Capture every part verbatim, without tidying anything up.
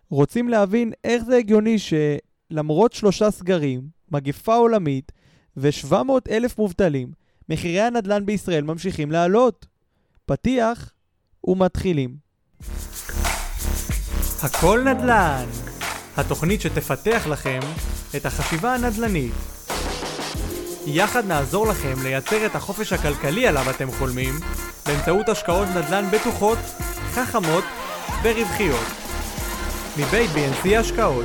רוצים להבין איך זה הגיוני שלמרות שלושה סגרים, מגפה עולמית ו-שבע מאות אלף מובטלים, מחירי הנדל"ן בישראל ממשיכים לעלות. פתיח ומתחילים. הכל נדל"ן, התוכנית שתפתח לכם את החשיבה הנדל"נית. יחד נעזור לכם לייצר את החופש הכלכלי עליו אתם חולמים, באמצעות השקעות נדל"ן בטוחות, חכמות ורווחיות. מבית בי אן סי השקעות.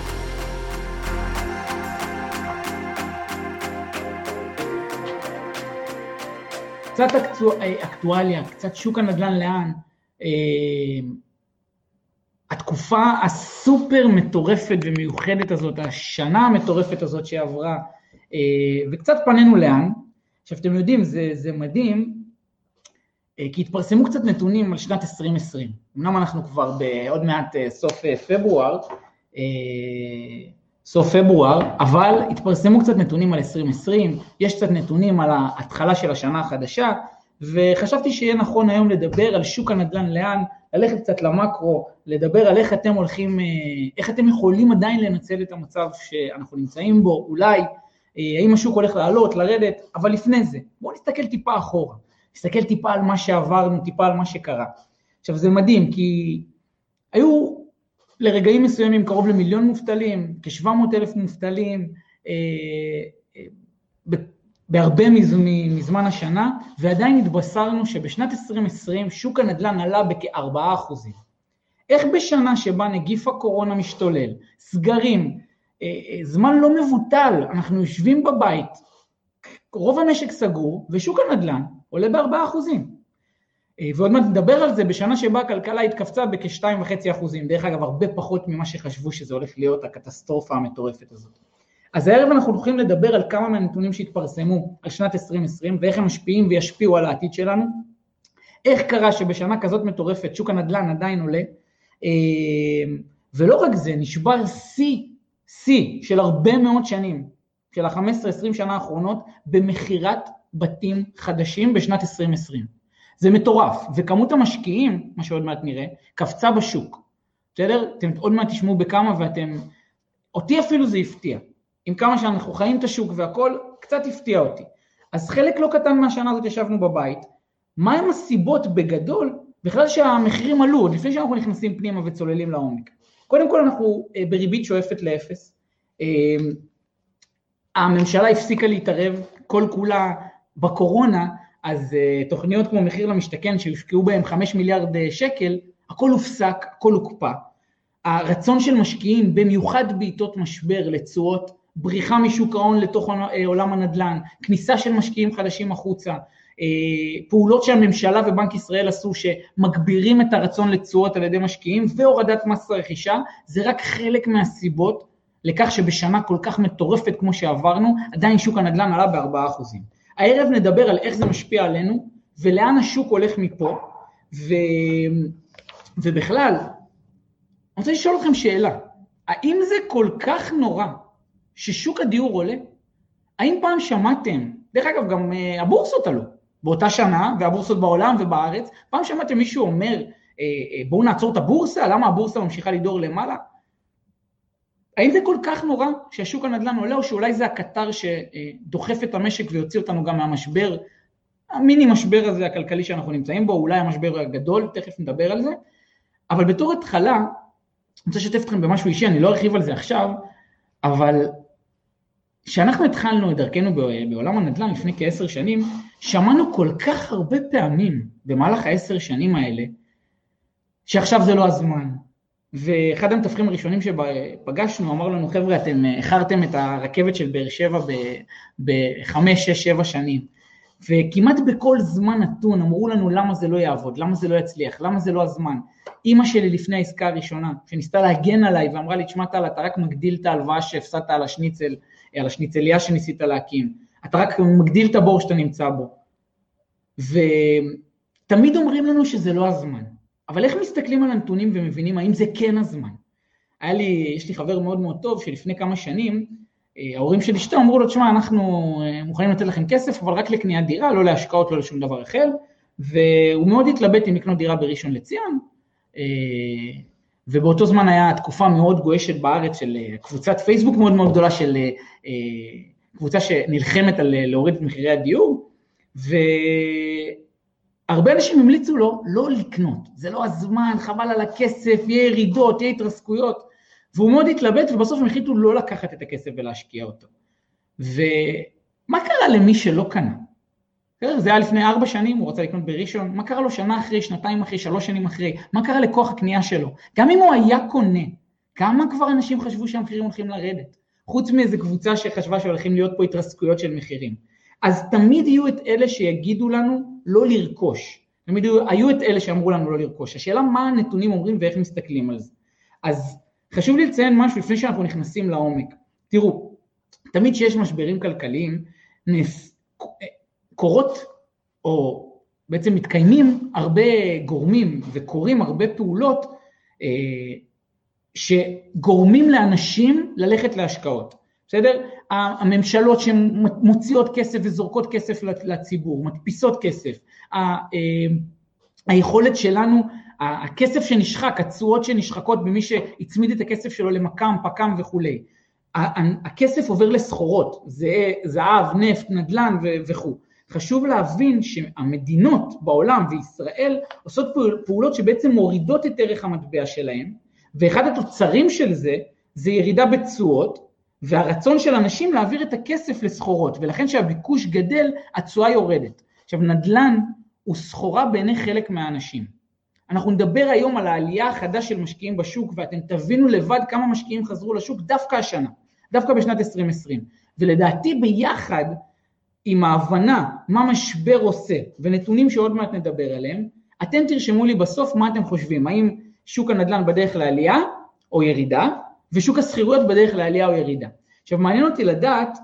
קצת אקטואליה, קצת שוק הנדל"ן לאן. התקופה הסופר מטורפת ומיוחדת הזאת, השנה המטורפת הזאת שעברה, וקצת פנינו לאן. עכשיו אתם יודעים, זה, זה מדהים, כי התפרסמו קצת נתונים על שנת עשרים עשרים. אמנם אנחנו כבר בעוד מעט סוף פברואר, סוף פברואר, אבל התפרסמו קצת נתונים על עשרים עשרים, יש קצת נתונים על ההתחלה של השנה החדשה, וחשבתי שיהיה נכון היום לדבר על שוק הנדל"ן לאן, ללכת קצת למקרו, לדבר על איך אתם הולכים, איך אתם יכולים עדיין לנצל את המצב שאנחנו נמצאים בו, אולי, האם השוק הולך לעלות, לרדת, אבל לפני זה, בואו נסתכל טיפה אחורה, נסתכל טיפה על מה שעברנו, טיפה על מה שקרה. עכשיו זה מדהים, כי היו לרגעים מסוימים קרוב למיליון מובטלים, כ-שבע מאות אלף מובטלים, אה, אה, בהרבה מזמן השנה, ועדיין התבשרנו שבשנת עשרים עשרים שוק הנדל"ן עלה בכ-ארבעה אחוזים. איך בשנה שבה נגיף הקורונה משתולל, סגרים, אה, אה, זמן לא מבוטל, אנחנו יושבים בבית, רוב המשק סגור, ושוק הנדל"ן עולה בארבעה אחוזים. ועוד מעט נדבר על זה, בשנה שבה הכלכלה התקפצה בכ-שתיים וחצי אחוזים, דרך אגב הרבה פחות ממה שחשבו שזה הולך להיות הקטסטרופה המטורפת הזאת. אז הערב אנחנו הולכים לדבר על כמה מהנתונים שהתפרסמו על שנת עשרים עשרים, ואיך הם משפיעים וישפיעו על העתיד שלנו, איך קרה שבשנה כזאת מטורפת שוק הנדל"ן עדיין עולה, ולא רק זה, נשבר שיא, שיא של הרבה מאוד שנים, של ה-חמש עשרה עשרים שנה האחרונות, במחירת בתים חדשים בשנת עשרים עשרים. זה מטורף, וכמות המשקיעים, מה שעוד מעט נראה, קפצה בשוק. בסדר? אתם עוד מעט תשמעו בכמה, ואתם, אותי אפילו זה הפתיע. עם כמה שאנחנו חיים את השוק והכל, קצת הפתיע אותי. אז חלק לא קטן מהשנה הזאת ישבנו בבית, מה הם הסיבות בגדול, בכלל שהמחירים עלו, עוד לפני שאנחנו נכנסים פנימה וצוללים לעומק. קודם כל אנחנו בריבית שואפת לאפס, הממשלה הפסיקה להתערב, כל כולה בקורונה, אז uh, תוכניות כמו מחיר למשתכן שהושקעו בהם חמישה מיליארד שקל, הכל הופסק, הכל הוקפא. הרצון של משקיעים, במיוחד בעיתות משבר לתשואות, בריחה משוק ההון לתוך עולם הנדל"ן, כניסה של משקיעים חדשים החוצה, פעולות שהממשלה ובנק ישראל עשו שמגבירים את הרצון לתשואות על ידי משקיעים, והורדת מס הרכישה, זה רק חלק מהסיבות לכך שבשנה כל כך מטורפת כמו שעברנו, עדיין שוק הנדל"ן עלה בארבעה אחוזים. הערב נדבר על איך זה משפיע עלינו, ולאן השוק הולך מפה, ו... ובכלל, אני רוצה לשאול אתכם שאלה, האם זה כל כך נורא ששוק הדיור עולה? האם פעם שמעתם, דרך אגב גם הבורסות עלו, באותה שנה, והבורסות בעולם ובארץ, פעם שמעתם מישהו אומר, בואו נעצור את הבורסה, למה הבורסה ממשיכה לדור למעלה? האם זה כל כך נורא שהשוק הנדל"ן עולה, או שאולי זה הקטר שדוחף את המשק ויוציא אותנו גם מהמשבר, המיני משבר הזה הכלכלי שאנחנו נמצאים בו, אולי המשבר הגדול, תכף נדבר על זה, אבל בתור התחלה, אני רוצה לשתף אתכם במשהו אישי, אני לא ארחיב על זה עכשיו, אבל כשאנחנו התחלנו את דרכנו בעולם הנדל"ן לפני כעשר שנים, שמענו כל כך הרבה פעמים במהלך העשר שנים האלה, שעכשיו זה לא הזמן, ואחד המתווכים הראשונים שפגשנו אמר לנו, חבר'ה, אתם הכרתם את הרכבת של באר שבע בחמש, שש, שבע שנים, וכמעט בכל זמן נתון אמרו לנו למה זה לא יעבוד, למה זה לא יצליח, למה זה לא הזמן. אמא שלי לפני העסקה הראשונה, שניסתה להגן עליי ואמרה לי, תשמע טל, אתה רק מגדיל את ההלוואה שהפסדת על השניצל, על השניצליה שניסית להקים, אתה רק מגדיל את הבור שאתה נמצא בו. ותמיד אומרים לנו שזה לא הזמן. אבל איך מסתכלים על הנתונים ומבינים האם זה כן הזמן? היה לי, יש לי חבר מאוד מאוד טוב שלפני כמה שנים, ההורים של אשתו אמרו לו, תשמע, אנחנו מוכנים לתת לכם כסף, אבל רק לקניית דירה, לא להשקעות, לא לשום דבר אחר, והוא מאוד התלבט אם לקנות דירה בראשון לציון, ובאותו זמן היה תקופה מאוד גועשת בארץ של קבוצת פייסבוק מאוד מאוד גדולה של קבוצה שנלחמת על להוריד את מחירי הדיור, והרבה אנשים המליצו לו לא לקנות, זה לא הזמן, חבל על הכסף, יהיה ירידות, יהיה התרסקויות, והוא מאוד התלבט, ובסוף הם החליטו לא לקחת את הכסף ולהשקיע אותו. ומה קרה למי שלא קנה? זה היה לפני ארבע שנים, הוא רצה לקנות בראשון, מה קרה לו שנה אחרי, שנתיים אחרי, שלוש שנים אחרי, מה קרה לכוח הקנייה שלו? גם אם הוא היה קונה, כמה כבר אנשים חשבו שהמחירים הולכים לרדת? חוץ מאיזו קבוצה שחשבה שהולכים להיות פה התרסקויות של מחירים. אז תמיד יהיו את אלה שיגידו לנו לא לרכוש, תמיד יהיו, היו את אלה שאמרו לנו לא לרכוש. השאלה מה הנתונים אומרים ואיך מסתכלים על זה. אז חשוב לי לציין משהו לפני שאנחנו נכנסים לעומק. תראו, תמיד שיש משברים כלכליים, נס... קורות, או בעצם מתקיימים הרבה גורמים וקורים הרבה פעולות אה, שגורמים לאנשים ללכת להשקעות. בסדר? הממשלות שמוציאות כסף וזורקות כסף לציבור, מדפיסות כסף, ה, אה, היכולת שלנו, הכסף שנשחק, התשואות שנשחקות במי שהצמיד את הכסף שלו למקם, פקם וכו'. הכסף עובר לסחורות, זה זהב, נפט, נדל"ן וכו'. חשוב להבין שהמדינות בעולם וישראל עושות פעולות שבעצם מורידות את ערך המטבע שלהם, ואחד התוצרים של זה, זה ירידה בתשואות, והרצון של אנשים להעביר את הכסף לסחורות, ולכן שהביקוש גדל, התשואה יורדת. עכשיו, נדל"ן הוא סחורה בעיני חלק מהאנשים. אנחנו נדבר היום על העלייה החדש של משקיעים בשוק, ואתם תבינו לבד כמה משקיעים חזרו לשוק דווקא השנה, דווקא בשנת עשרים עשרים. ולדעתי ביחד, עם ההבנה מה משבר עושה, ונתונים שעוד מעט נדבר עליהם, אתם תרשמו לי בסוף מה אתם חושבים, האם שוק הנדל"ן בדרך לעלייה או ירידה, ושוק הסחירויות בדרך לעלייה או ירידה. עכשיו מעניין אותי לדעת,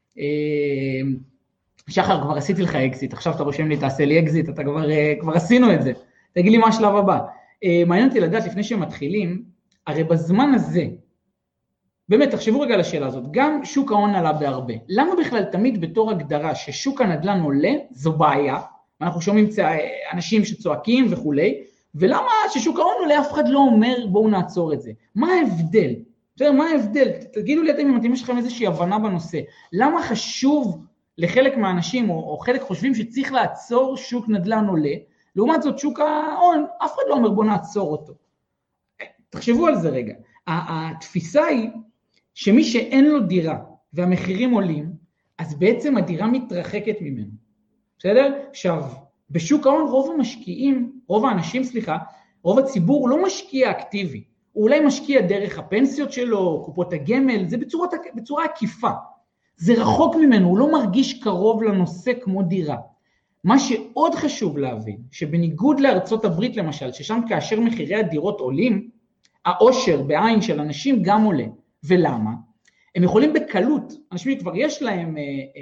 שחר כבר עשיתי לך אקזיט, עכשיו אתה רושם לי תעשה לי אקזיט, אתה כבר, כבר עשינו את זה, תגיד לי מה השלב הבא. מעניין אותי לדעת לפני שהם מתחילים, הרי בזמן הזה, באמת תחשבו רגע על השאלה הזאת, גם שוק ההון עלה בהרבה, למה בכלל תמיד בתור הגדרה ששוק הנדל"ן עולה, זו בעיה, אנחנו שומעים אנשים שצועקים וכו', ולמה ששוק ההון עולה אף אחד לא אומר בואו נעצור את זה, מה ההבדל? בסדר, מה ההבדל? תגידו לי אתם אם אתם יש לכם איזושהי הבנה בנושא, למה חשוב לחלק מהאנשים או, או חלק חושבים שצריך לעצור שוק נדל"ן עולה, לעומת זאת שוק ההון, אף אחד לא אומר בואו נעצור אותו. תחשבו על זה רגע, התפיסה היא שמי שאין לו דירה והמחירים עולים, אז בעצם הדירה מתרחקת ממנו. בסדר? עכשיו, בשוק ההון רוב המשקיעים, רוב האנשים, סליחה, רוב הציבור לא משקיע אקטיבי. הוא אולי משקיע דרך הפנסיות שלו, קופות הגמל, זה בצורה, בצורה עקיפה. זה רחוק ממנו, הוא לא מרגיש קרוב לנושא כמו דירה. מה שעוד חשוב להבין, שבניגוד לארצות הברית למשל, ששם כאשר מחירי הדירות עולים, העושר בעין של אנשים גם עולה. ולמה? הם יכולים בקלות, אנשים כבר יש להם,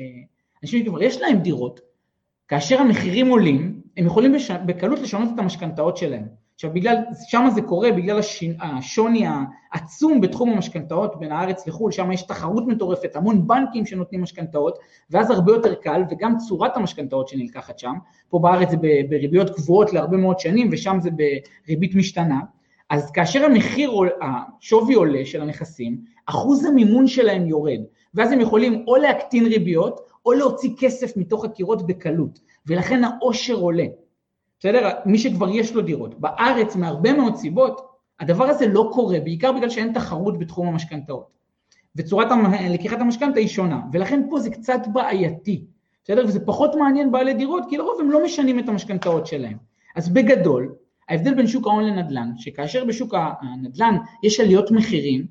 אנשים כבר יש להם דירות, כאשר המחירים עולים, הם יכולים בקלות לשנות את המשכנתאות שלהם. עכשיו, בגלל, שמה זה קורה, בגלל השוני העצום בתחום המשכנתאות בין הארץ לחול, שם יש תחרות מטורפת, המון בנקים שנותנים משכנתאות, ואז הרבה יותר קל, וגם צורת המשכנתאות שנלקחת שם, פה בארץ זה בריביות קבועות להרבה מאוד שנים, ושם זה בריבית משתנה, אז כאשר המחיר, השווי עולה של הנכסים, אחוז המימון שלהם יורד, ואז הם יכולים או להקטין ריביות, או להוציא כסף מתוך הקירות בקלות, ולכן העושר עולה. בסדר? מי שכבר יש לו דירות. בארץ, מהרבה מאוד סיבות, הדבר הזה לא קורה, בעיקר בגלל שאין תחרות בתחום המשכנתאות. וצורת לקיחת המשכנתא היא שונה, ולכן פה זה קצת בעייתי. בסדר? וזה פחות מעניין בעלי דירות, כי לרוב הם לא משנים את המשכנתאות שלהם. אז בגדול, ההבדל בין שוק ההון לנדל"ן, שכאשר בשוק הנדל"ן יש עליות מחירים,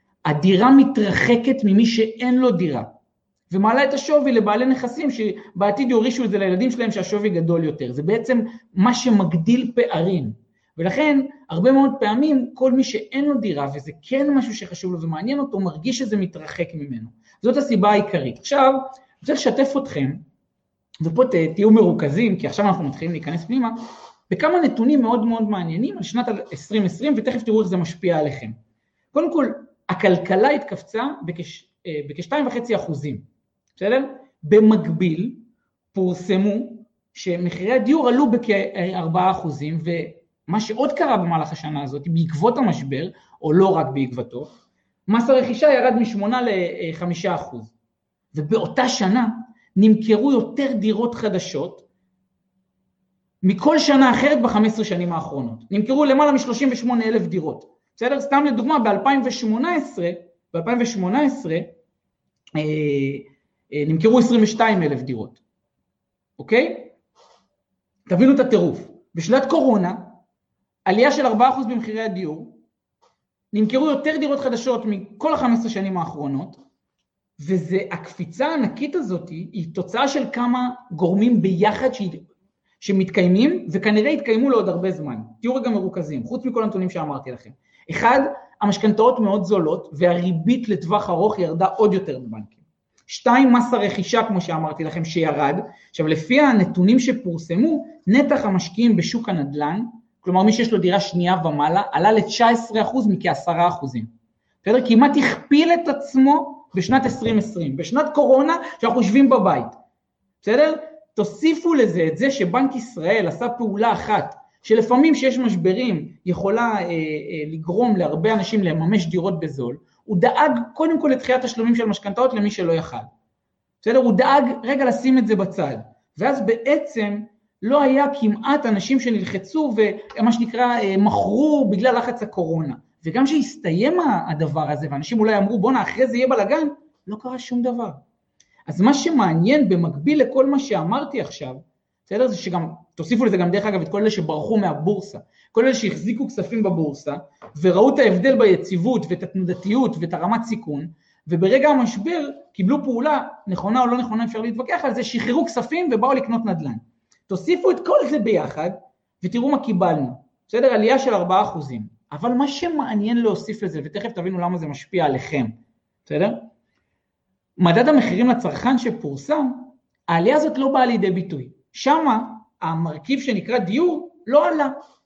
הדירה מתרחקת ממי שאין לו דירה, ומעלה את השווי לבעלי נכסים שבעתיד יורישו את זה לילדים שלהם שהשווי גדול יותר. זה בעצם מה שמגדיל פערים. ולכן הרבה מאוד פעמים כל מי שאין לו דירה, וזה כן משהו שחשוב לו ומעניין אותו, מרגיש שזה מתרחק ממנו. זאת הסיבה העיקרית. עכשיו, אני רוצה לשתף אתכם, ופה תהיו מרוכזים, כי עכשיו אנחנו מתחילים להיכנס פנימה, בכמה נתונים מאוד מאוד מעניינים על שנת עשרים עשרים, ותכף תראו איך זה משפיע עליכם. קודם כל, הכלכלה התקפצה בכש, בכשתיים וחצי אחוזים. בסדר? במקביל פורסמו שמחירי הדיור עלו בכ-ארבעה אחוזים, מה שעוד קרה במהלך השנה הזאת, בעקבות המשבר, או לא רק בעקבותו, מס הרכישה ירד משמונה לחמישה אחוז. ובאותה שנה נמכרו יותר דירות חדשות, מכל שנה אחרת ב-חמש עשרה שנים האחרונות. נמכרו למעלה מ-שלושים ושמונה אלף דירות. בסדר? סתם לדוגמה, ב-אלפיים ושמונה עשרה, ב-אלפיים ושמונה עשרה, אה, אה, נמכרו עשרים ושתיים אלף דירות. אוקיי? תבינו את הטירוף. בשנת קורונה, עלייה של ארבעה אחוז במחירי הדיור, נמכרו יותר דירות חדשות מכל ה-חמש עשרה שנים האחרונות, וזה, הקפיצה הענקית הזאת היא תוצאה של כמה גורמים ביחד ש... שמתקיימים, וכנראה יתקיימו לעוד הרבה זמן. תהיו רגע מרוכזים, חוץ מכל הנתונים שאמרתי לכם. אחד, המשכנתאות מאוד זולות, והריבית לטווח ארוך ירדה עוד יותר בבנקים. שתיים, מס הרכישה, כמו שאמרתי לכם, שירד. עכשיו, לפי הנתונים שפורסמו, נתח המשקיעים בשוק הנדל"ן, כלומר, מי שיש לו דירה שנייה ומעלה, עלה ל-תשעה עשר אחוז מכ-עשרה אחוזים. בסדר? כמעט הכפיל את עצמו בשנת עשרים עשרים, בשנת קורונה, שאנחנו יושבים בבית. בסדר? תוסיפו לזה את זה שבנק ישראל עשה פעולה אחת, שלפעמים שיש משברים, יכולה אה, אה, לגרום להרבה אנשים לממש דירות בזול, הוא דאג קודם כל לתחיית תשלומים של משכנתאות למי שלא יכל. בסדר? הוא דאג רגע לשים את זה בצד. ואז בעצם לא היה כמעט אנשים שנלחצו ומה שנקרא מכרו בגלל לחץ הקורונה. וגם שהסתיים הדבר הזה, ואנשים אולי אמרו בונה אחרי זה יהיה בלגן, לא קרה שום דבר. אז מה שמעניין במקביל לכל מה שאמרתי עכשיו, בסדר? זה שגם, תוסיפו לזה גם דרך אגב את כל אלה שברחו מהבורסה, כל אלה שהחזיקו כספים בבורסה, וראו את ההבדל ביציבות ואת התנודתיות ואת הרמת סיכון, וברגע המשבר קיבלו פעולה, נכונה או לא נכונה אפשר להתווכח על זה, שחררו כספים ובאו לקנות נדל"ן. תוסיפו את כל זה ביחד, ותראו מה קיבלנו. בסדר? עלייה של ארבעה אחוזים. אבל מה שמעניין להוסיף לזה, ותכף תבינו למה זה משפיע עליכם. בסדר? מדד המחירים לצרכן שפורסם, העלייה הזאת לא באה לידי ביטוי. שמה, המרכיב שנקרא דיור, לא עלה.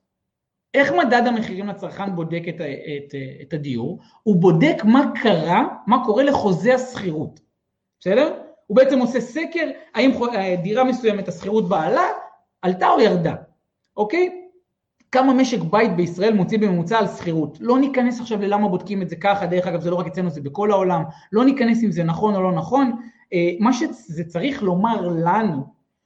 איך מדד המחירים לצרכן בודק את, את, את הדיור? הוא בודק מה קרה, מה קורה לחוזה הסחירות. בסדר? הוא בעצם עושה סקר, האם דירה מסוימת הסחירות בעלה, עלתה או ירדה. אוקיי? כמה משק בית בישראל מוציא בממוצע על סחירות. לא ניכנס עכשיו ללמה בודקים את זה ככה, דרך אגב זה לא רק אצלנו, זה בכל העולם. לא ניכנס אם זה נכון או לא נכון. מה שזה צריך לומר לנו,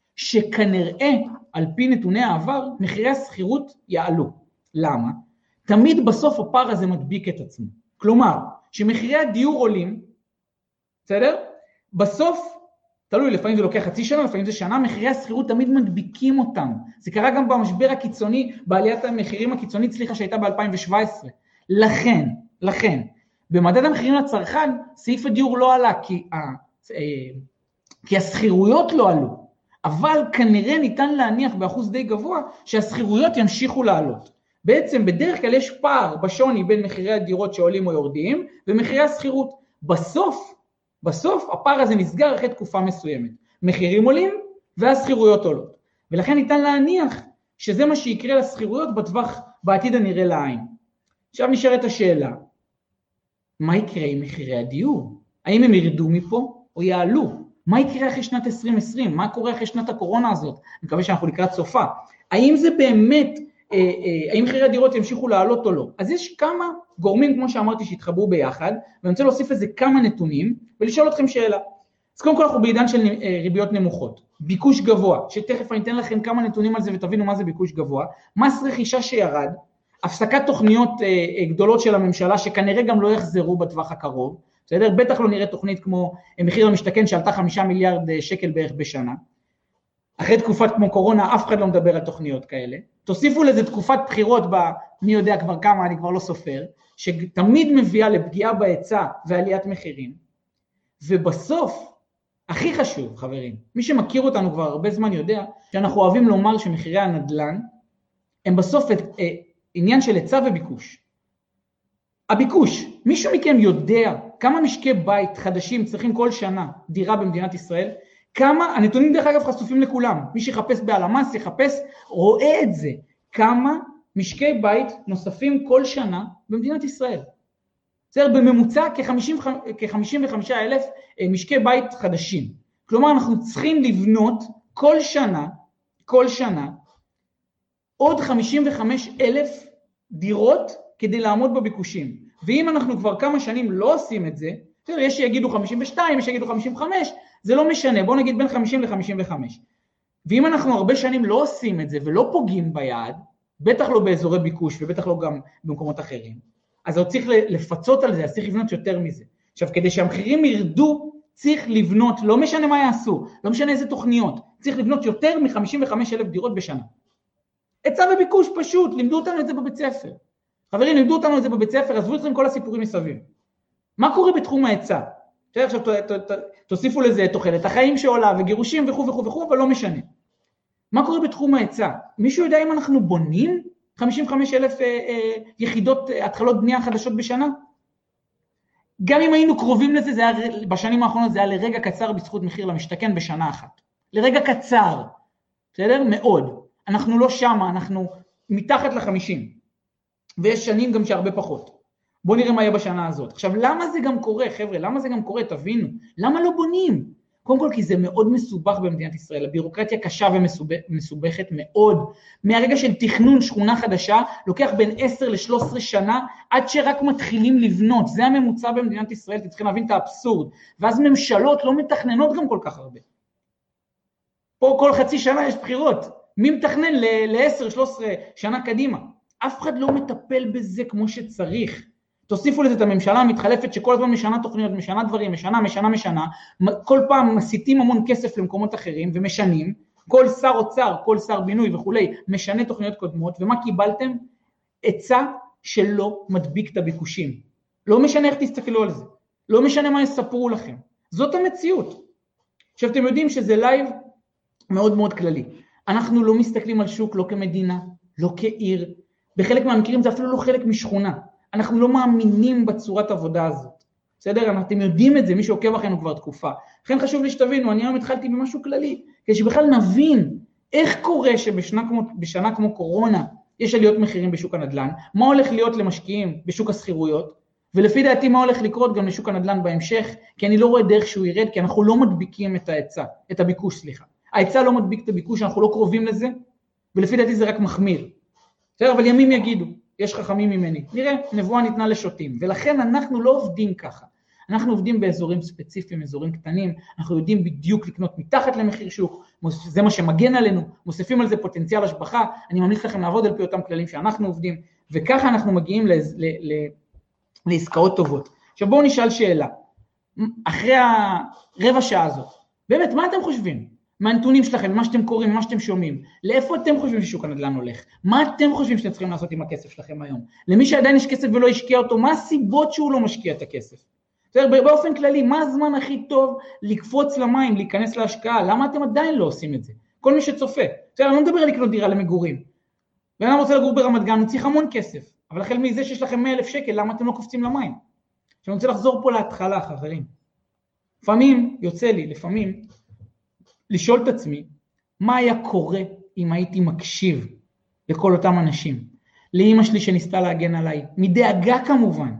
שכנראה על פי נתוני העבר, מחירי הסחירות יעלו. למה? תמיד בסוף הפער הזה מדביק את עצמו. כלומר, שמחירי הדיור עולים, בסדר? בסוף, תלוי, לפעמים זה לוקח חצי שנה, לפעמים זה שנה, מחירי הסחירות תמיד מדביקים אותם. זה קרה גם במשבר הקיצוני, בעליית המחירים הקיצונית, סליחה, שהייתה ב-אלפיים שבע עשרה. לכן, לכן, במדד המחירים לצרכן, סעיף הדיור לא עלה, כי, כי הסחירויות לא עלו. אבל כנראה ניתן להניח באחוז די גבוה, שהסחירויות ימשיכו לעלות. בעצם בדרך כלל יש פער בשוני בין מחירי הדירות שעולים או יורדים, ומחירי הסחירות. בסוף, בסוף הפער הזה נסגר אחרי תקופה מסוימת. מחירים עולים והסחירויות עולות. ולכן ניתן להניח שזה מה שיקרה לסחירויות בטווח, בעתיד הנראה לעין. עכשיו נשארת השאלה, מה יקרה עם מחירי הדיור? האם הם ירדו מפה או יעלו? מה יקרה אחרי שנת עשרים עשרים? מה קורה אחרי שנת הקורונה הזאת? אני מקווה שאנחנו לקראת סופה. האם זה באמת, אה, אה, האם מחירי הדירות ימשיכו לעלות או לא? אז יש כמה גורמים, כמו שאמרתי, שהתחברו ביחד, ואני רוצה להוסיף לזה כמה נתונים, ולשאול אתכם שאלה. אז קודם כל אנחנו בעידן של ריביות נמוכות, ביקוש גבוה, שתכף אני אתן לכם כמה נתונים על זה ותבינו מה זה ביקוש גבוה, מס רכישה שירד, הפסקת תוכניות אה, גדולות של הממשלה, שכנראה גם לא יחזרו בטווח הקרוב, בסדר? בטח לא נראה תוכנית כמו מחיר המשתכן שעלתה חמישה מיליארד שקל בערך בשנה. אחרי תקופת כמו קורונה, אף אחד לא מדבר על תוכניות כאלה. תוסיפו לזה תקופת בחירות, מי יודע כבר כמה, אני כבר לא סופר, שתמיד מביאה לפגיעה בהיצע ועליית מחירים. ובסוף, הכי חשוב, חברים, מי שמכיר אותנו כבר הרבה זמן יודע, שאנחנו אוהבים לומר שמחירי הנדל"ן, הם בסוף את, אה, עניין של היצע וביקוש. הביקוש, מישהו מכם יודע כמה משקי בית חדשים צריכים כל שנה דירה במדינת ישראל? כמה, הנתונים דרך אגב חשופים לכולם, מי שיחפש בהלמ"ס יחפש, רואה את זה, כמה משקי בית נוספים כל שנה במדינת ישראל. בסדר, בממוצע כ-חמישים וחמישה אלף משקי בית חדשים. כלומר אנחנו צריכים לבנות כל שנה, כל שנה, עוד חמישים וחמישה אלף דירות כדי לעמוד בביקושים. ואם אנחנו כבר כמה שנים לא עושים את זה, יש שיגידו חמישים ושתיים, יש שיגידו חמישים וחמש, זה לא משנה, בואו נגיד בין חמישים ל-חמישים וחמש. ואם אנחנו הרבה שנים לא עושים את זה ולא פוגעים ביעד, בטח לא באזורי ביקוש ובטח לא גם במקומות אחרים, אז הוא צריך לפצות על זה, אז צריך לבנות יותר מזה. עכשיו, כדי שהמחירים ירדו, צריך לבנות, לא משנה מה יעשו, לא משנה איזה תוכניות, צריך לבנות יותר מ-חמישים וחמישה אלף דירות בשנה. היצע וביקוש פשוט, לימדו אותנו את זה בבית ספר. חברים, לימדו אותנו את זה בבית ספר, עזבו אתכם כל הסיפורים מסביב. מה קורה בתחום ההיצע? עכשיו תוסיפו לזה תוחלת החיים שעולה וגירושים וכו' וכו' וכו', אבל לא משנה. מה קורה בתחום ההיצע? מישהו יודע אם אנחנו בונים חמישים וחמישה אלף אה, אה, יחידות, אה, התחלות בנייה חדשות בשנה? גם אם היינו קרובים לזה, זה היה, בשנים האחרונות זה היה לרגע קצר בזכות מחיר למשתכן בשנה אחת. לרגע קצר, בסדר? מאוד. אנחנו לא שמה, אנחנו מתחת ל-חמישים. ויש שנים גם שהרבה פחות. בואו נראה מה יהיה בשנה הזאת. עכשיו, למה זה גם קורה, חבר'ה? למה זה גם קורה? תבינו. למה לא בונים? קודם כל, כי זה מאוד מסובך במדינת ישראל. הבירוקרטיה קשה ומסובכת מאוד. מהרגע של תכנון שכונה חדשה, לוקח בין עשר ל-שלוש עשרה שנה, עד שרק מתחילים לבנות. זה הממוצע במדינת ישראל, אתם צריכים להבין את האבסורד. ואז ממשלות לא מתכננות גם כל כך הרבה. פה כל חצי שנה יש בחירות. מי מתכנן ל-עשר שלוש עשרה שנה קדימה? אף אחד לא מטפל בזה כמו שצריך. תוסיפו לזה את הממשלה המתחלפת שכל הזמן משנה תוכניות, משנה דברים, משנה, משנה, משנה, כל פעם מסיטים המון כסף למקומות אחרים ומשנים, כל שר אוצר, כל שר בינוי וכולי, משנה תוכניות קודמות, ומה קיבלתם? היצע שלא מדביק את הביקושים. לא משנה איך תסתכלו על זה, לא משנה מה יספרו לכם, זאת המציאות. עכשיו אתם יודעים שזה לייב מאוד מאוד כללי, אנחנו לא מסתכלים על שוק לא כמדינה, לא כעיר, בחלק מהמקרים זה אפילו לא חלק משכונה, אנחנו לא מאמינים בצורת עבודה הזאת, בסדר? אתם יודעים את זה, מי שעוקב אחרינו כבר תקופה, לכן חשוב לי שתבינו, אני היום התחלתי במשהו כללי, כדי שבכלל נבין איך קורה שבשנה כמו, בשנה כמו קורונה, יש עליות מחירים בשוק הנדל"ן, מה הולך להיות למשקיעים בשוק הסחירויות, ולפי דעתי מה הולך לקרות גם לשוק הנדל"ן בהמשך, כי אני לא רואה דרך שהוא ירד, כי אנחנו לא מדביקים את ההיצע, את הביקוש, סליחה. ההיצע לא מדביק את הביקוש, אנחנו לא קרובים לזה, ולפי דעתי זה רק מחמיר. בסדר, אבל ימים יגידו, יש חכמים ממני. נראה, נבואה ניתנה לשוטים, ולכן אנחנו לא עובדים ככה. אנחנו עובדים באזורים ספציפיים, אזורים קטנים, אנחנו יודעים בדיוק לקנות מתחת למחיר שוק, זה מה שמגן עלינו, מוסיפים על זה פוטנציאל השבחה, אני ממליץ לכם לעבוד על פי אותם כללים שאנחנו עובדים, וככה אנחנו מגיעים ל- ל- ל- לעסקאות טובות. עכשיו בואו נשאל שאלה, אחרי הרבע שעה הזאת, באמת מה אתם חושבים? מהנתונים שלכם, מה שאתם קוראים, מה שאתם שומעים, לאיפה אתם חושבים ששוק הנדל"ן הולך? מה אתם חושבים שאתם צריכים לעשות עם הכסף שלכם היום? למי שעדיין יש כסף ולא השקיע אותו, מה הסיבות שהוא לא משקיע את הכסף? באופן כללי, מה הזמן הכי טוב לקפוץ למים, להיכנס להשקעה? למה אתם עדיין לא עושים את זה? כל מי שצופה. אני לא מדבר על לקנות דירה למגורים. ואני רוצה לגור ברמת גן, הוא צריך המון כסף. אבל החל מזה שיש לכם מאה אלף שקל, למה אתם לא קופצים למים? שאני רוצה לחזור פה להתחלה, חברים. לפעמים, יוצא לי, לפעמים, לשאול את עצמי, מה היה קורה אם הייתי מקשיב לכל אותם אנשים? לאמא שלי שניסתה להגן עליי, מדאגה כמובן,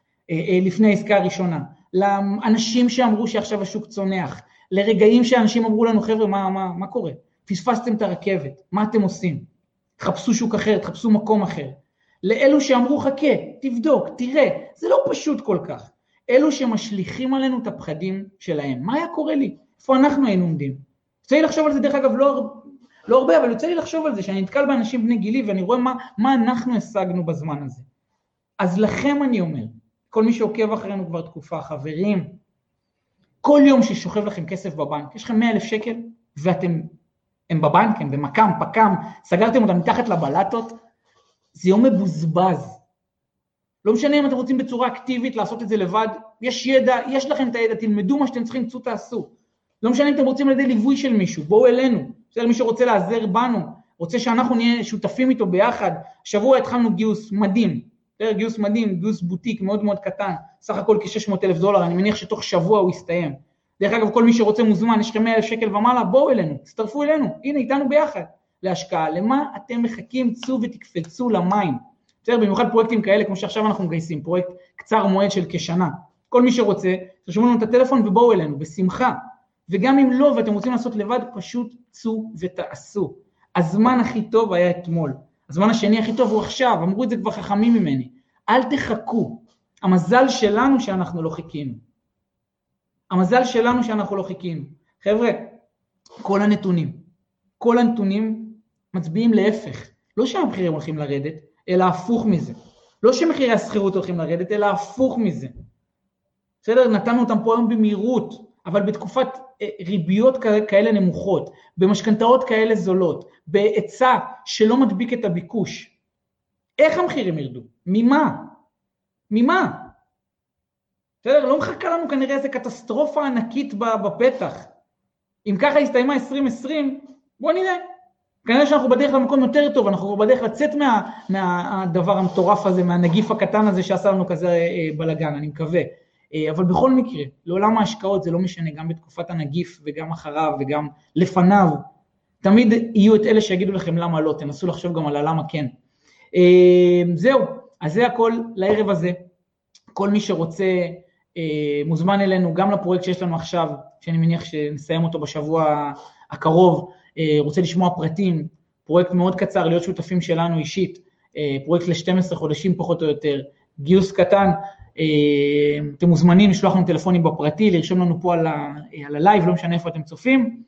לפני העסקה הראשונה, לאנשים שאמרו שעכשיו השוק צונח, לרגעים שאנשים אמרו לנו, חבר'ה, מה, מה, מה קורה? פספסתם את הרכבת, מה אתם עושים? תחפשו שוק אחר, תחפשו מקום אחר. לאלו שאמרו, חכה, תבדוק, תראה, זה לא פשוט כל כך. אלו שמשליכים עלינו את הפחדים שלהם, מה היה קורה לי? איפה אנחנו היינו עומדים? יוצא לי לחשוב על זה, דרך אגב, לא, לא הרבה, אבל יוצא לי לחשוב על זה, שאני נתקל באנשים בני גילי, ואני רואה מה, מה אנחנו השגנו בזמן הזה. אז לכם אני אומר, כל מי שעוקב אחרינו כבר תקופה, חברים, כל יום ששוכב לכם כסף בבנק, יש לכם מאה אלף שקל, ואתם, הם בבנק, הם במקם, פקם, סגרתם אותם מתחת לבלטות, זה יום מבוזבז. לא משנה אם אתם רוצים בצורה אקטיבית לעשות את זה לבד, יש ידע, יש לכם את הידע, תלמדו מה שאתם צריכים, צאו תעשו. לא משנה אם אתם רוצים על ידי ליווי של מישהו, בואו אלינו, בסדר, מי שרוצה לעזר בנו, רוצה שאנחנו נהיה שותפים איתו ביחד, שבוע התחלנו גיוס מדהים, בסדר, גיוס מדהים, גיוס בוטיק מאוד מאוד קטן, סך הכל כ-שש מאות אלף דולר, אני מניח שתוך שבוע הוא יסתיים. דרך אגב, כל מי שרוצה מוזמן, יש לכם מאה אלף שקל ומעלה, בואו אלינו, תצטרפו אלינו, הנה איתנו ביחד, להשקעה, למה אתם מחכים, צאו ותקפצו למים, בסדר, במיוחד פרויקטים כאלה, כמו שעכשיו אנחנו מגייסים, פרויקט קצר מועד של כשנה, כל מי שרוצה, תרשמו לנו את הטלפון ובואו אלינו, בשמחה. וגם אם לא, ואתם רוצים לעשות לבד, פשוט צאו ותעשו. הזמן הכי טוב היה אתמול. הזמן השני הכי טוב הוא עכשיו, אמרו את זה כבר חכמים ממני. אל תחכו. המזל שלנו שאנחנו לא חיכינו. המזל שלנו שאנחנו לא חיכינו. חבר'ה, כל הנתונים, כל הנתונים מצביעים להפך. לא שהמחירים הולכים לרדת, אלא הפוך מזה. לא שמחירי השכירות הולכים לרדת, אלא הפוך מזה. בסדר? נתנו אותם פה היום במהירות, אבל בתקופת ריביות כאלה נמוכות, במשכנתאות כאלה זולות, בהיצע שלא מדביק את הביקוש. איך המחירים ירדו? ממה? ממה? בסדר? לא מחכה לנו כנראה איזו קטסטרופה ענקית בפתח. אם ככה הסתיימה עשרים עשרים, בוא נראה. כנראה שאנחנו בדרך למקום יותר טוב, אנחנו בדרך לצאת מה, מהדבר המטורף הזה, מהנגיף הקטן הזה שעשה לנו כזה בלגן, אני מקווה. אבל בכל מקרה, לעולם ההשקעות זה לא משנה, גם בתקופת הנגיף וגם אחריו וגם לפניו, תמיד יהיו את אלה שיגידו לכם למה לא, תנסו לחשוב גם על הלמה כן. זהו, אז זה הכל לערב הזה. כל מי שרוצה מוזמן אלינו, גם לפרויקט שיש לנו עכשיו, שאני מניח שנסיים אותו בשבוע הקרוב, רוצה לשמוע פרטים, פרויקט מאוד קצר, להיות שותפים שלנו אישית, פרויקט ל-שנים עשר חודשים פחות או יותר, גיוס קטן, אתם מוזמנים לשלוח לנו טלפונים בפרטי, לרשום לנו פה על, ה, על הלייב, לא משנה איפה אתם צופים,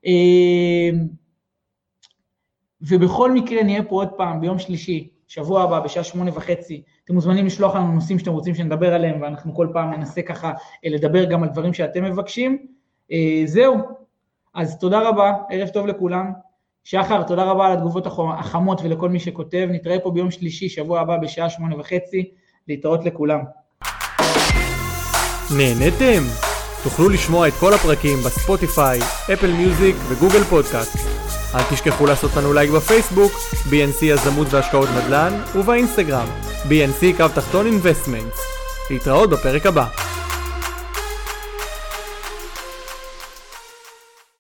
ובכל מקרה נהיה פה עוד פעם ביום שלישי, שבוע הבא בשעה שמונה וחצי, אתם מוזמנים לשלוח לנו נושאים שאתם רוצים שנדבר עליהם, ואנחנו כל פעם ננסה ככה לדבר גם על דברים שאתם מבקשים. זהו, אז תודה רבה, ערב טוב לכולם. שחר, תודה רבה על התגובות החמות ולכל מי שכותב, נתראה פה ביום שלישי, שבוע הבא בשעה שמונה וחצי, להתראות לכולם. נהנתם? תוכלו לשמוע את כל הפרקים בספוטיפיי, אפל מיוזיק וגוגל פודקאסט. אל תשכחו לעשות לנו לייק בפייסבוק, בי אן סי יזמות והשקעות נדל"ן, ובאינסטגרם, בי אן סי קו תחתון אינבסטמנטס. להתראות בפרק הבא.